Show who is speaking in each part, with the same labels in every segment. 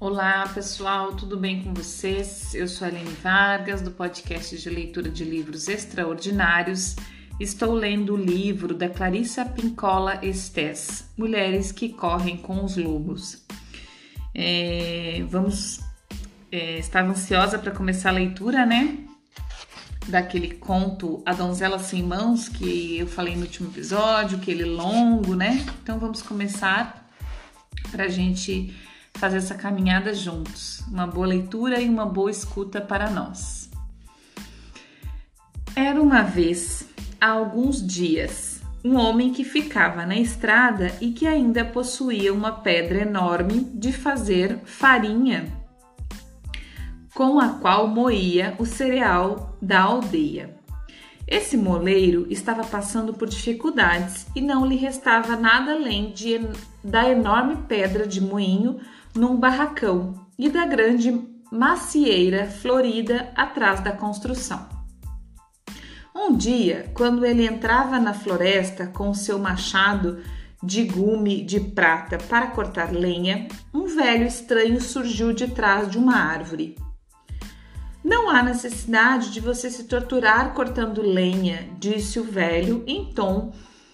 Speaker 1: Olá pessoal, tudo bem com vocês? Eu sou a Aline Vargas, do podcast de leitura de livros extraordinários. Estou lendo o livro da Clarissa Pinkola Estés, Mulheres que Correm com os Lobos. Estava ansiosa para começar a leitura, né? Daquele conto A Donzela Sem Mãos, que eu falei no último episódio, aquele longo, né? Então vamos começar para a gente fazer essa caminhada juntos. Uma boa leitura e uma boa escuta para nós. Era uma vez, há alguns dias, um homem que ficava na estrada e que ainda possuía uma pedra enorme de fazer farinha, com a qual moía o cereal da aldeia. Esse moleiro estava passando por dificuldades e não lhe restava nada além da enorme pedra de moinho num barracão e da grande macieira florida atrás da construção. Um dia, quando ele entrava na floresta com seu machado de gume de prata para cortar lenha, um velho estranho surgiu de trás de uma árvore. "Não há necessidade de você se torturar cortando lenha", disse o velho em tom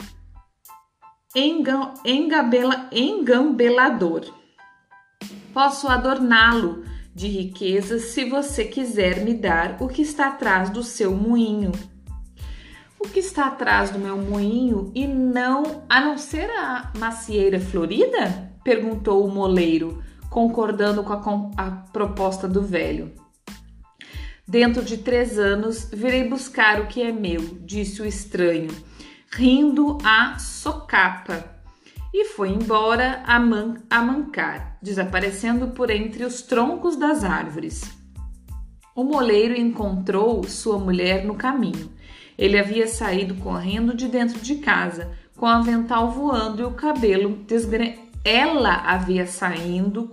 Speaker 1: engambelador. "Posso adorná-lo de riquezas se você quiser me dar o que está atrás do seu moinho." "O que está atrás do meu moinho a não ser a macieira florida?" perguntou o moleiro, concordando com a proposta do velho. "Dentro de 3 anos virei buscar o que é meu", disse o estranho, rindo a socapa, e foi embora a mancar, desaparecendo por entre os troncos das árvores. O moleiro encontrou sua mulher no caminho. Ele havia saído correndo de dentro de casa, com o avental voando e o cabelo Ela havia saído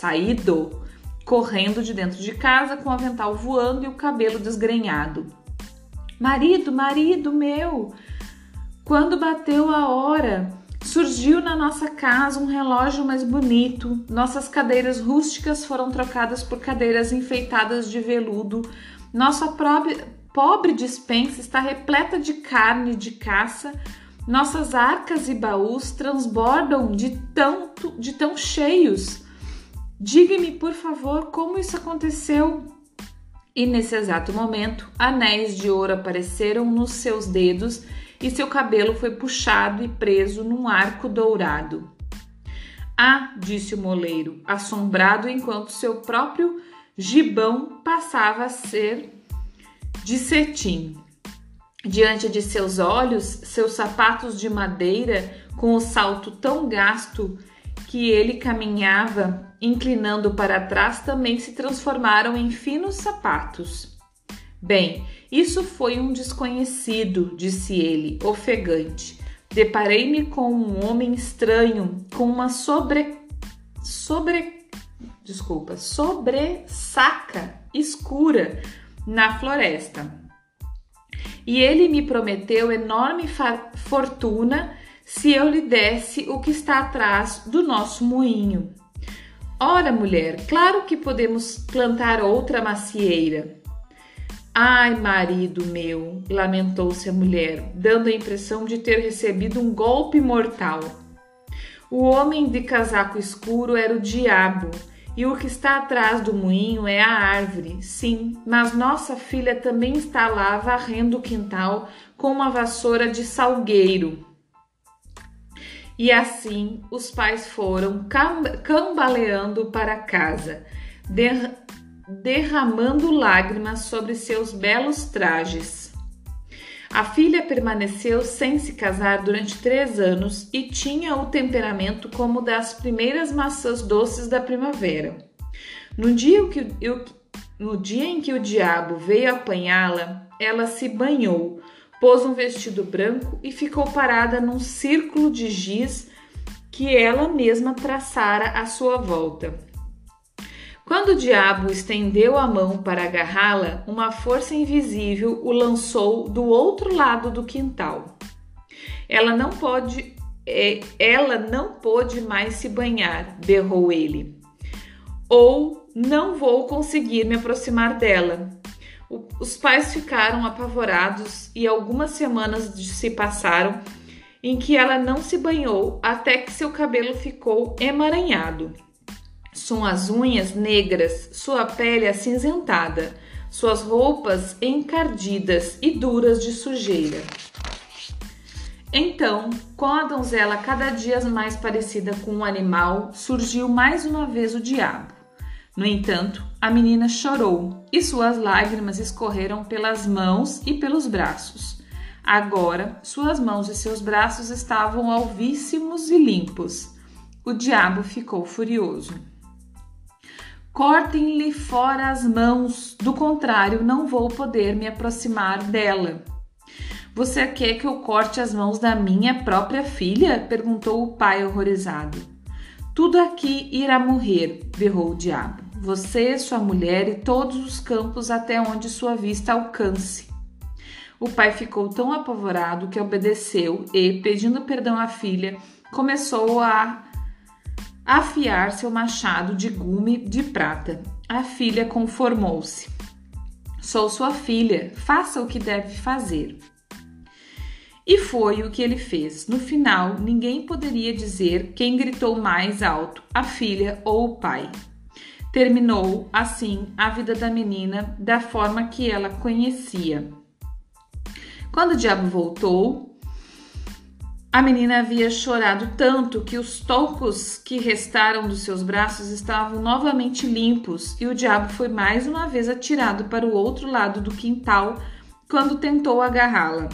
Speaker 1: correndo de dentro de casa, com o avental voando e o cabelo desgrenhado. Marido meu! Quando bateu a hora, surgiu na nossa casa um relógio mais bonito. Nossas cadeiras rústicas foram trocadas por cadeiras enfeitadas de veludo. Nossa pobre despensa está repleta de carne de caça. Nossas arcas e baús transbordam de tão cheios. Diga-me, por favor, como isso aconteceu?" E nesse exato momento, anéis de ouro apareceram nos seus dedos e seu cabelo foi puxado e preso num arco dourado. "Ah", disse o moleiro, assombrado, enquanto seu próprio gibão passava a ser de cetim. Diante de seus olhos, seus sapatos de madeira, com o salto tão gasto que ele caminhava inclinando para trás, também se transformaram em finos sapatos. "Bem, isso foi um desconhecido", disse ele, ofegante. "Deparei-me com um homem estranho, com uma sobressaca escura na floresta. E ele me prometeu enorme fortuna se eu lhe desse o que está atrás do nosso moinho." "Ora, mulher, claro que podemos plantar outra macieira." "Ai, marido meu", lamentou-se a mulher, dando a impressão de ter recebido um golpe mortal. "O homem de casaco escuro era o diabo, e o que está atrás do moinho é a árvore, sim, mas nossa filha também está lá varrendo o quintal com uma vassoura de salgueiro." E assim os pais foram cambaleando para casa, derramando lágrimas sobre seus belos trajes. A filha permaneceu sem se casar durante 3 anos e tinha o temperamento como das primeiras maçãs doces da primavera. No dia em que o diabo veio apanhá-la, ela se banhou, pôs um vestido branco e ficou parada num círculo de giz que ela mesma traçara à sua volta. Quando o diabo estendeu a mão para agarrá-la, uma força invisível o lançou do outro lado do quintal. Ela não pôde mais se banhar", berrou ele. ou não vou conseguir me aproximar dela. Os pais ficaram apavorados e algumas semanas se passaram em que ela não se banhou até que seu cabelo ficou emaranhado. Suas unhas negras, sua pele acinzentada, suas roupas encardidas e duras de sujeira. Então, com a donzela cada dia mais parecida com um animal, surgiu mais uma vez o diabo. No entanto, a menina chorou e suas lágrimas escorreram pelas mãos e pelos braços. Agora, suas mãos e seus braços estavam alvíssimos e limpos. O diabo ficou furioso. Cortem-lhe fora as mãos, do contrário, não vou poder me aproximar dela. Você quer que eu corte as mãos da minha própria filha? Perguntou o pai horrorizado. Tudo aqui irá morrer, berrou o diabo. Você, sua mulher e todos os campos até onde sua vista alcance. O pai ficou tão apavorado que obedeceu e, pedindo perdão à filha, começou a afiar seu machado de gume de prata. A filha conformou-se. Sou sua filha, faça o que deve fazer. E foi o que ele fez. No final, ninguém poderia dizer quem gritou mais alto, a filha ou o pai. Terminou, assim, a vida da menina da forma que ela conhecia. Quando o diabo voltou, a menina havia chorado tanto que os tocos que restaram dos seus braços estavam novamente limpos e o diabo foi mais uma vez atirado para o outro lado do quintal quando tentou agarrá-la.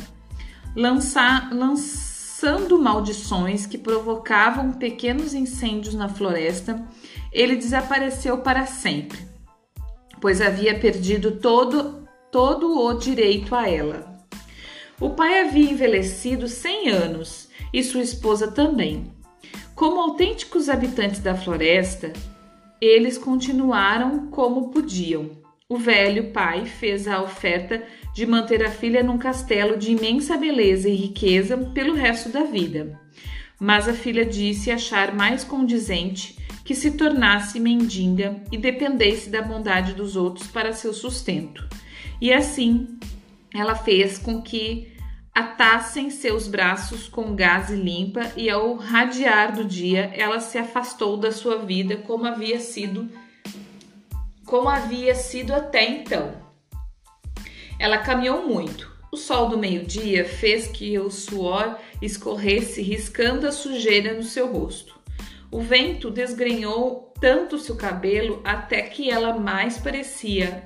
Speaker 1: Lançando maldições que provocavam pequenos incêndios na floresta, ele desapareceu para sempre, pois havia perdido todo o direito a ela. O pai havia envelhecido 100 anos e sua esposa também. Como autênticos habitantes da floresta, eles continuaram como podiam. O velho pai fez a oferta de manter a filha num castelo de imensa beleza e riqueza pelo resto da vida. Mas a filha disse achar mais condizente que se tornasse mendiga e dependesse da bondade dos outros para seu sustento. E assim, ela fez com que atassem seus braços com gaze limpa e ao radiar do dia, ela se afastou da sua vida como havia sido até então. Ela caminhou muito. O sol do meio-dia fez que o suor escorresse, riscando a sujeira no seu rosto. O vento desgrenhou tanto seu cabelo até que ele mais parecia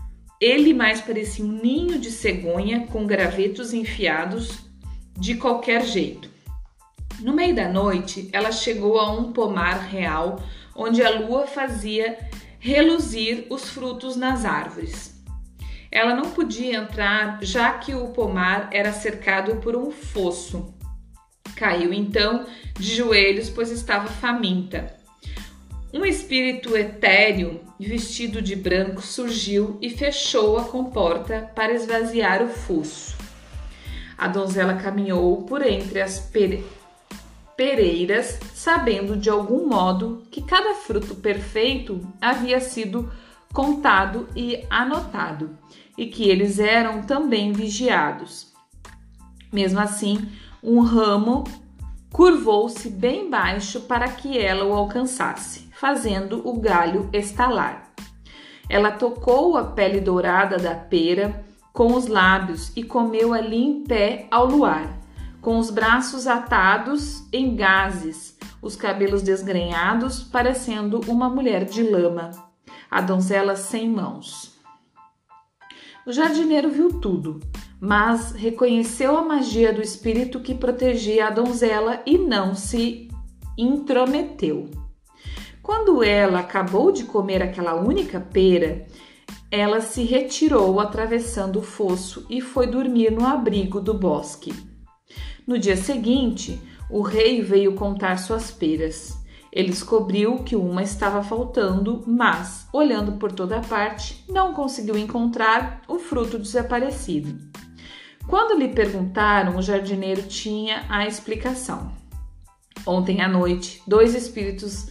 Speaker 1: um ninho de cegonha com gravetos enfiados de qualquer jeito. No meio da noite, ela chegou a um pomar real, onde a lua fazia reluzir os frutos nas árvores. Ela não podia entrar, já que o pomar era cercado por um fosso. Caiu então de joelhos, pois estava faminta. Um espírito etéreo, vestido de branco, surgiu e fechou a comporta para esvaziar o fosso. A donzela caminhou por entre as pereiras, sabendo de algum modo que cada fruto perfeito havia sido contado e anotado, e que eles eram também vigiados. Mesmo assim, um ramo curvou-se bem baixo para que ela o alcançasse, fazendo o galho estalar. Ela tocou a pele dourada da pera com os lábios e comeu ali em pé ao luar, com os braços atados em gazes, os cabelos desgrenhados, parecendo uma mulher de lama, a donzela sem mãos. O jardineiro viu tudo, mas reconheceu a magia do espírito que protegia a donzela e não se intrometeu. Quando ela acabou de comer aquela única pera, ela se retirou atravessando o fosso e foi dormir no abrigo do bosque. No dia seguinte, o rei veio contar suas peras. Ele descobriu que uma estava faltando, mas, olhando por toda parte, não conseguiu encontrar o fruto desaparecido. Quando lhe perguntaram, o jardineiro tinha a explicação. Ontem à noite, 2 espíritos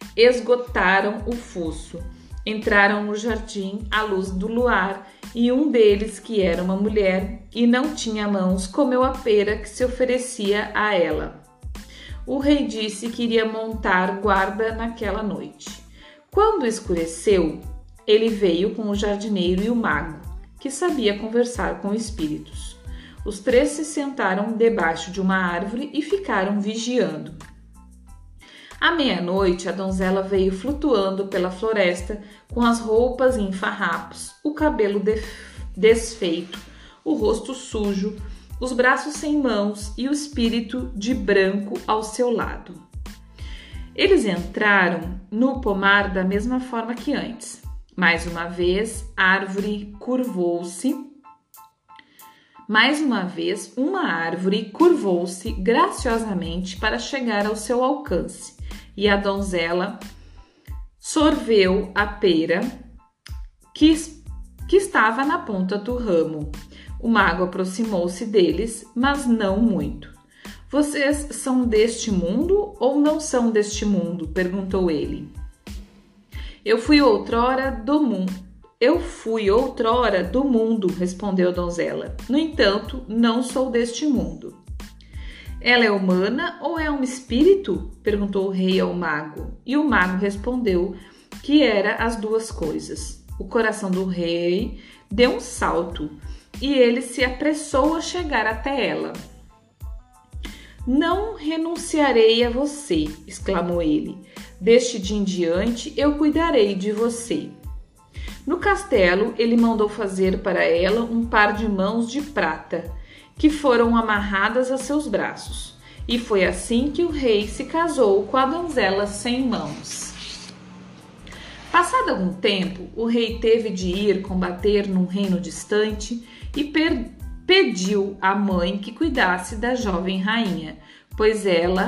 Speaker 1: esgotaram o fosso. Entraram no jardim à luz do luar e um deles, que era uma mulher e não tinha mãos, comeu a pera que se oferecia a ela. O rei disse que iria montar guarda naquela noite. Quando escureceu, ele veio com o jardineiro e o mago, que sabia conversar com espíritos. Os três se sentaram debaixo de uma árvore e ficaram vigiando. À meia-noite, a donzela veio flutuando pela floresta com as roupas em farrapos, o cabelo desfeito, o rosto sujo, os braços sem mãos e o espírito de branco ao seu lado. Eles entraram no pomar da mesma forma que antes. Mais uma vez, uma árvore curvou-se graciosamente para chegar ao seu alcance, e a donzela sorveu a pera que estava na ponta do ramo. O mago aproximou-se deles, mas não muito. Vocês são deste mundo ou não são deste mundo? Perguntou ele. Eu fui outrora do mundo, respondeu a donzela. No entanto, não sou deste mundo. Ela é humana ou é um espírito? Perguntou o rei ao mago. E o mago respondeu que era as duas coisas. O coração do rei deu um salto e ele se apressou a chegar até ela. Não renunciarei a você, exclamou ele. Deste dia em diante eu cuidarei de você. No castelo, ele mandou fazer para ela um par de mãos de prata, que foram amarradas a seus braços. E foi assim que o rei se casou com a donzela sem mãos. Passado algum tempo, o rei teve de ir combater num reino distante e pediu à mãe que cuidasse da jovem rainha, pois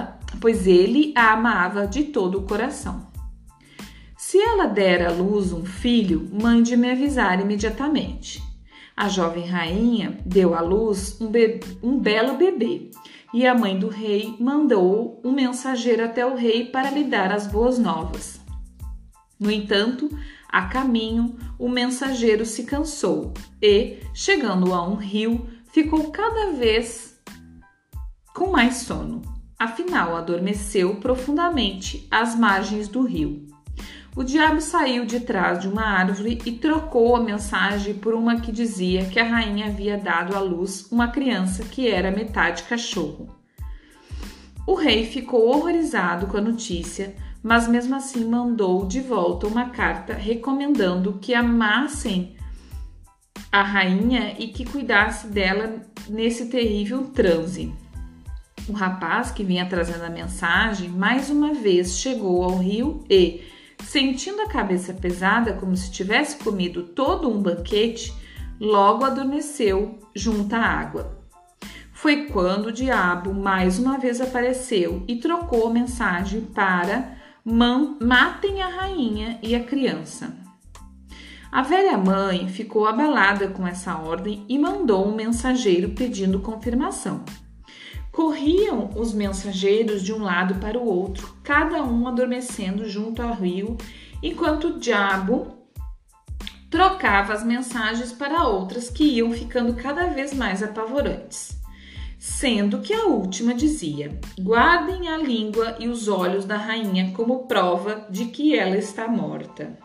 Speaker 1: ele a amava de todo o coração. Se ela der à luz um filho, mande-me avisar imediatamente. A jovem rainha deu à luz um belo bebê, e a mãe do rei mandou um mensageiro até o rei para lhe dar as boas novas. No entanto, a caminho, o mensageiro se cansou e, chegando a um rio, ficou cada vez com mais sono. Afinal, adormeceu profundamente às margens do rio. O diabo saiu de trás de uma árvore e trocou a mensagem por uma que dizia que a rainha havia dado à luz uma criança que era metade cachorro. O rei ficou horrorizado com a notícia, mas mesmo assim mandou de volta uma carta recomendando que amassem a rainha e que cuidasse dela nesse terrível transe. O rapaz que vinha trazendo a mensagem mais uma vez chegou ao rio e, sentindo a cabeça pesada como se tivesse comido todo um banquete, logo adormeceu junto à água. Foi quando o diabo mais uma vez apareceu e trocou a mensagem para matem a rainha e a criança. A velha mãe ficou abalada com essa ordem e mandou um mensageiro pedindo confirmação. Corriam os mensageiros de um lado para o outro, cada um adormecendo junto ao rio, enquanto o diabo trocava as mensagens para outras que iam ficando cada vez mais apavorantes. Sendo que a última dizia: guardem a língua e os olhos da rainha como prova de que ela está morta.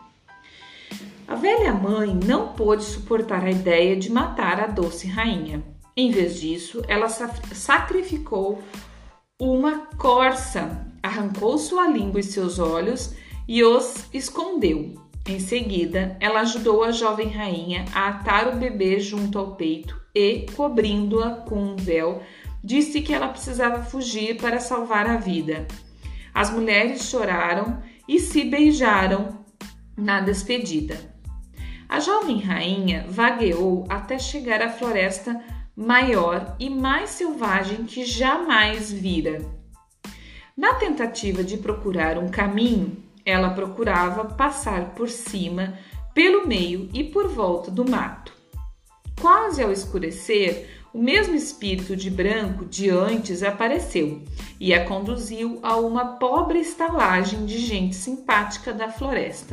Speaker 1: A velha mãe não pôde suportar a ideia de matar a doce rainha. Em vez disso, ela sacrificou uma corça, arrancou sua língua e seus olhos e os escondeu. Em seguida, ela ajudou a jovem rainha a atar o bebê junto ao peito e, cobrindo-a com um véu, disse que ela precisava fugir para salvar a vida. As mulheres choraram e se beijaram na despedida. A jovem rainha vagueou até chegar à floresta maior e mais selvagem que jamais vira. Na tentativa de procurar um caminho, ela procurava passar por cima, pelo meio e por volta do mato. Quase ao escurecer, o mesmo espírito de branco de antes apareceu e a conduziu a uma pobre estalagem de gente simpática da floresta.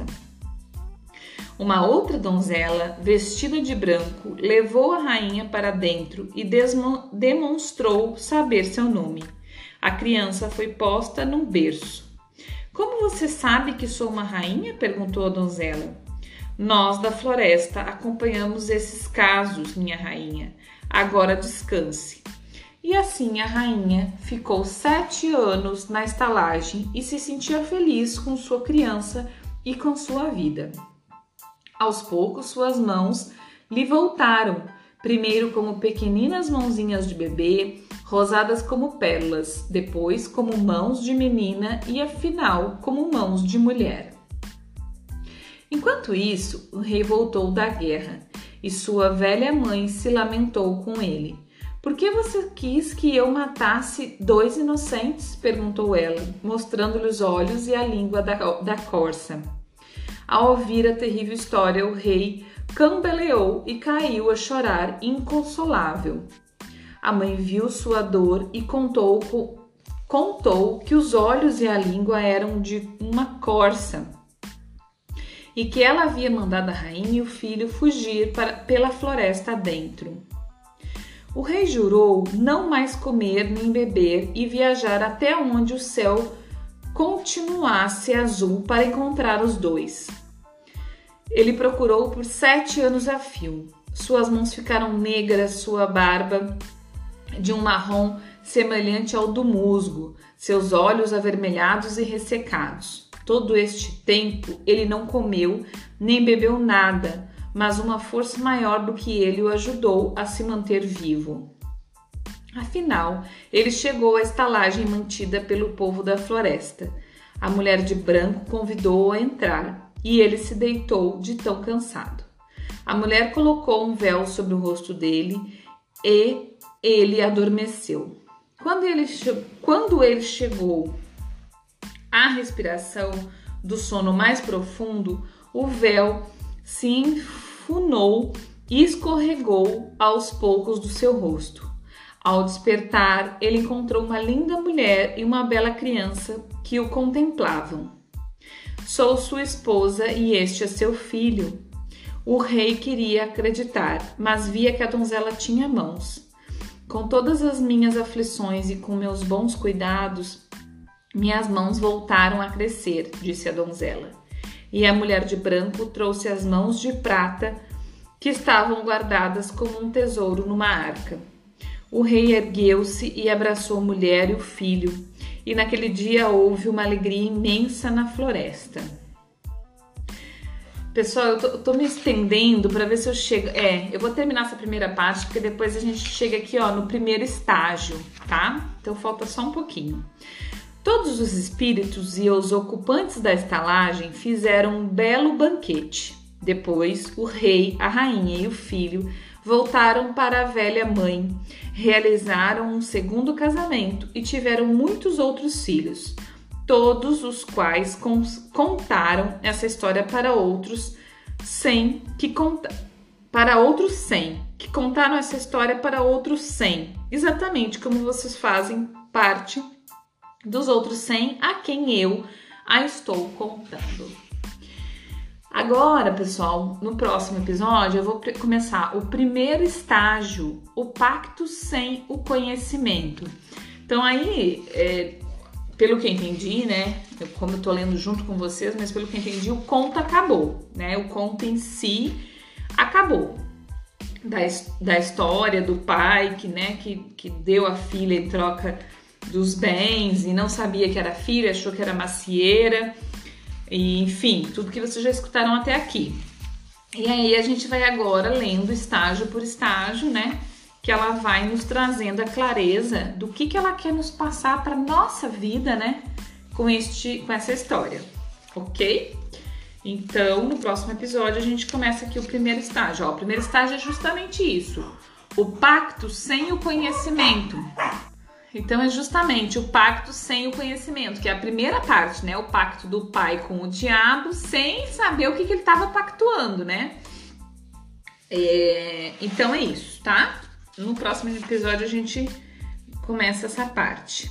Speaker 1: Uma outra donzela, vestida de branco, levou a rainha para dentro e demonstrou saber seu nome. A criança foi posta num berço. Como você sabe que sou uma rainha? Perguntou a donzela. Nós da floresta acompanhamos esses casos, minha rainha. Agora descanse. E assim a rainha ficou 7 anos na estalagem e se sentia feliz com sua criança e com sua vida. Aos poucos, suas mãos lhe voltaram, primeiro como pequeninas mãozinhas de bebê, rosadas como pérolas, depois como mãos de menina e, afinal, como mãos de mulher. Enquanto isso, o rei voltou da guerra e sua velha mãe se lamentou com ele. Por que você quis que eu matasse 2 inocentes? Perguntou ela, mostrando-lhe os olhos e a língua da corça. Ao ouvir a terrível história, o rei cambaleou e caiu a chorar inconsolável. A mãe viu sua dor e contou que os olhos e a língua eram de uma corça e que ela havia mandado a rainha e o filho fugir pela floresta adentro. O rei jurou não mais comer nem beber e viajar até onde o céu continuasse azul para encontrar os dois. Ele procurou por 7 anos a fio. Suas mãos ficaram negras, sua barba de um marrom semelhante ao do musgo, seus olhos avermelhados e ressecados. Todo este tempo ele não comeu nem bebeu nada, mas uma força maior do que ele o ajudou a se manter vivo. Afinal, ele chegou à estalagem mantida pelo povo da floresta. A mulher de branco convidou-o a entrar e ele se deitou de tão cansado. A mulher colocou um véu sobre o rosto dele e ele adormeceu. Quando ele chegou à respiração do sono mais profundo, o véu se enfunou e escorregou aos poucos do seu rosto. Ao despertar, ele encontrou uma linda mulher e uma bela criança que o contemplavam. Sou sua esposa e este é seu filho. O rei queria acreditar, mas via que a donzela tinha mãos. Com todas as minhas aflições e com meus bons cuidados, minhas mãos voltaram a crescer, disse a donzela. E a mulher de branco trouxe as mãos de prata que estavam guardadas como um tesouro numa arca. O rei ergueu-se e abraçou a mulher e o filho, e naquele dia houve uma alegria imensa na floresta. Pessoal, eu tô me estendendo para ver se eu chego. Eu vou terminar essa primeira parte, porque depois a gente chega aqui, ó, no primeiro estágio, tá? Então falta só um pouquinho. Todos os espíritos e os ocupantes da estalagem fizeram um belo banquete. Depois, o rei, a rainha e o filho voltaram para a velha mãe, realizaram um segundo casamento e tiveram muitos outros filhos, todos os quais contaram essa história para outros 100 que contaram essa história para outros 100, exatamente como vocês fazem parte dos outros 100 a quem eu a estou contando. Agora, pessoal, no próximo episódio eu vou começar o primeiro estágio, o pacto sem o conhecimento. Então aí, pelo que eu entendi, né, como eu tô lendo junto com vocês, mas pelo que eu entendi, o conto acabou, né, o conto em si acabou. Da história do pai que deu a filha em troca dos bens e não sabia que era filha, achou que era macieira. E, enfim, tudo que vocês já escutaram até aqui. E aí a gente vai agora lendo estágio por estágio, né? Que ela vai nos trazendo a clareza do que ela quer nos passar para nossa vida, né? Com essa história, ok? Então, no próximo episódio a gente começa aqui o primeiro estágio. Ó, o primeiro estágio é justamente isso: o pacto sem o conhecimento. Então é justamente o pacto sem o conhecimento, que é a primeira parte, né? O pacto do pai com o diabo, sem saber o que ele estava pactuando, né? Então é isso, tá? no próximo episódio a gente começa essa parte.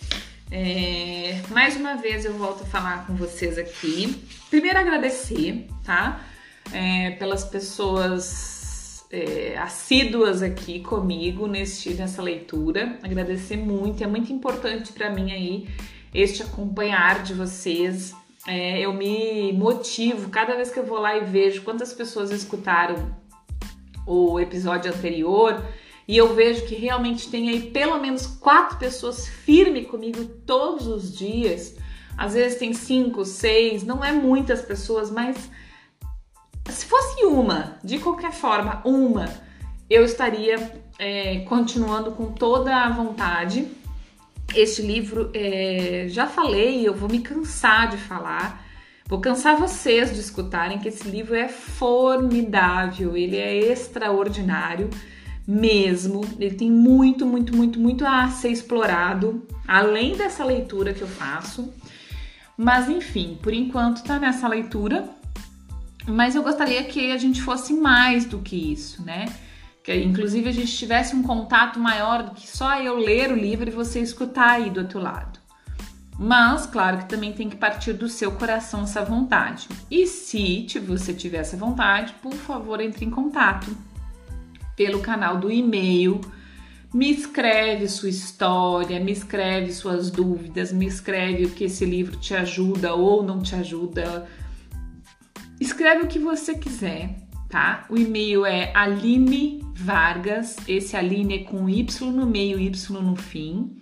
Speaker 1: Mais uma vez eu volto a falar com vocês aqui. Primeiro agradecer, tá? Pelas pessoas assíduas aqui comigo nessa leitura. Agradecer muito, é muito importante para mim aí este acompanhar de vocês. Eu me motivo cada vez que eu vou lá e vejo quantas pessoas escutaram o episódio anterior. E eu vejo que realmente tem aí pelo menos 4 pessoas firmes comigo todos os dias. Às vezes tem 5, 6, não é muitas pessoas, mas se fosse uma, de qualquer forma, eu estaria continuando com toda a vontade. Este livro, já falei, eu vou me cansar de falar, vou cansar vocês de escutarem que esse livro é formidável, ele é extraordinário. Mesmo, ele tem muito a ser explorado, além dessa leitura que eu faço, mas enfim, por enquanto tá nessa leitura, mas eu gostaria que a gente fosse mais do que isso, né? Que inclusive a gente tivesse um contato maior do que só eu ler o livro e você escutar aí do outro lado. Mas, claro que também tem que partir do seu coração essa vontade. E se você tiver essa vontade, por favor, entre em contato pelo canal do e-mail, me escreve sua história, me escreve suas dúvidas, me escreve o que esse livro te ajuda ou não te ajuda. Escreve o que você quiser, tá? O e-mail é Aline Vargas, esse Aline é com Y no meio, Y no fim,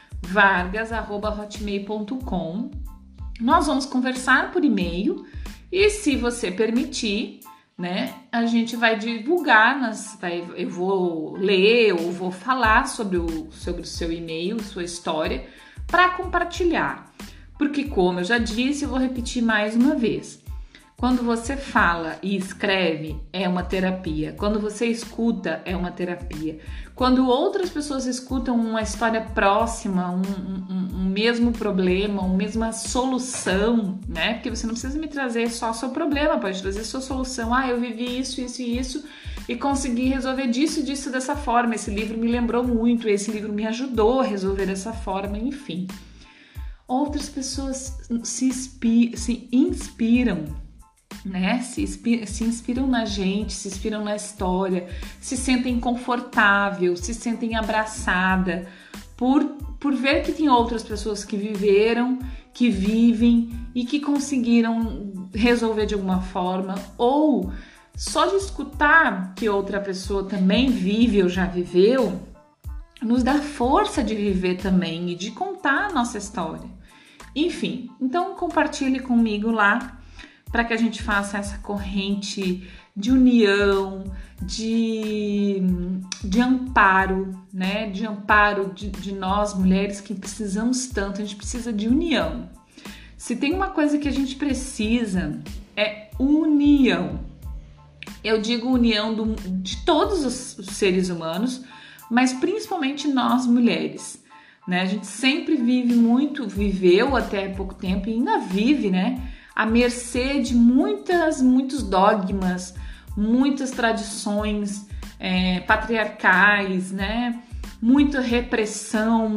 Speaker 1: vargas@hotmail.com. Nós vamos conversar por e-mail e, se você permitir, né, a gente vai divulgar, eu vou ler ou vou falar sobre o seu e-mail, sua história, para compartilhar. Porque, como eu já disse, eu vou repetir mais uma vez. Quando você fala e escreve, é uma terapia. Quando você escuta, é uma terapia. Quando outras pessoas escutam uma história próxima, um mesmo problema, uma mesma solução, né? Porque você não precisa me trazer só seu problema, pode trazer sua solução. Eu vivi isso e consegui resolver disso dessa forma. Esse livro me lembrou muito, esse livro me ajudou a resolver dessa forma, enfim. Outras pessoas se inspiram, né? Se inspiram na gente, se inspiram na história, se sentem confortável, se sentem abraçada por ver que tem outras pessoas que viveram, que vivem e que conseguiram resolver de alguma forma, ou só de escutar que outra pessoa também vive ou já viveu, nos dá força de viver também e de contar a nossa história. Enfim, então compartilhe comigo lá, para que a gente faça essa corrente de união, de amparo, né? De amparo de nós mulheres que precisamos tanto, a gente precisa de união. Se tem uma coisa que a gente precisa, é união. Eu digo união de todos os seres humanos, mas principalmente nós mulheres, né? A gente sempre viveu até pouco tempo e ainda vive, né? À mercê de muitos dogmas, muitas tradições patriarcais, né? Muita repressão,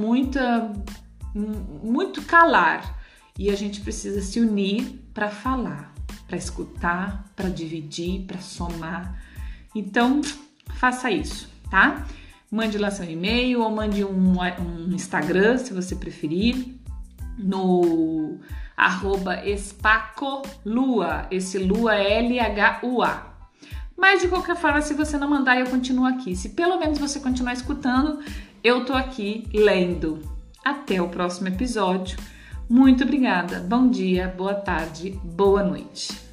Speaker 1: muito calar. E a gente precisa se unir para falar, para escutar, para dividir, para somar. Então, faça isso, tá? Mande lá seu e-mail ou mande um Instagram, se você preferir, no @espacolua, esse lua é LHUA. Mas de qualquer forma, se você não mandar, eu continuo aqui. Se pelo menos você continuar escutando, eu tô aqui lendo. Até o próximo episódio. Muito obrigada. Bom dia, boa tarde, boa noite.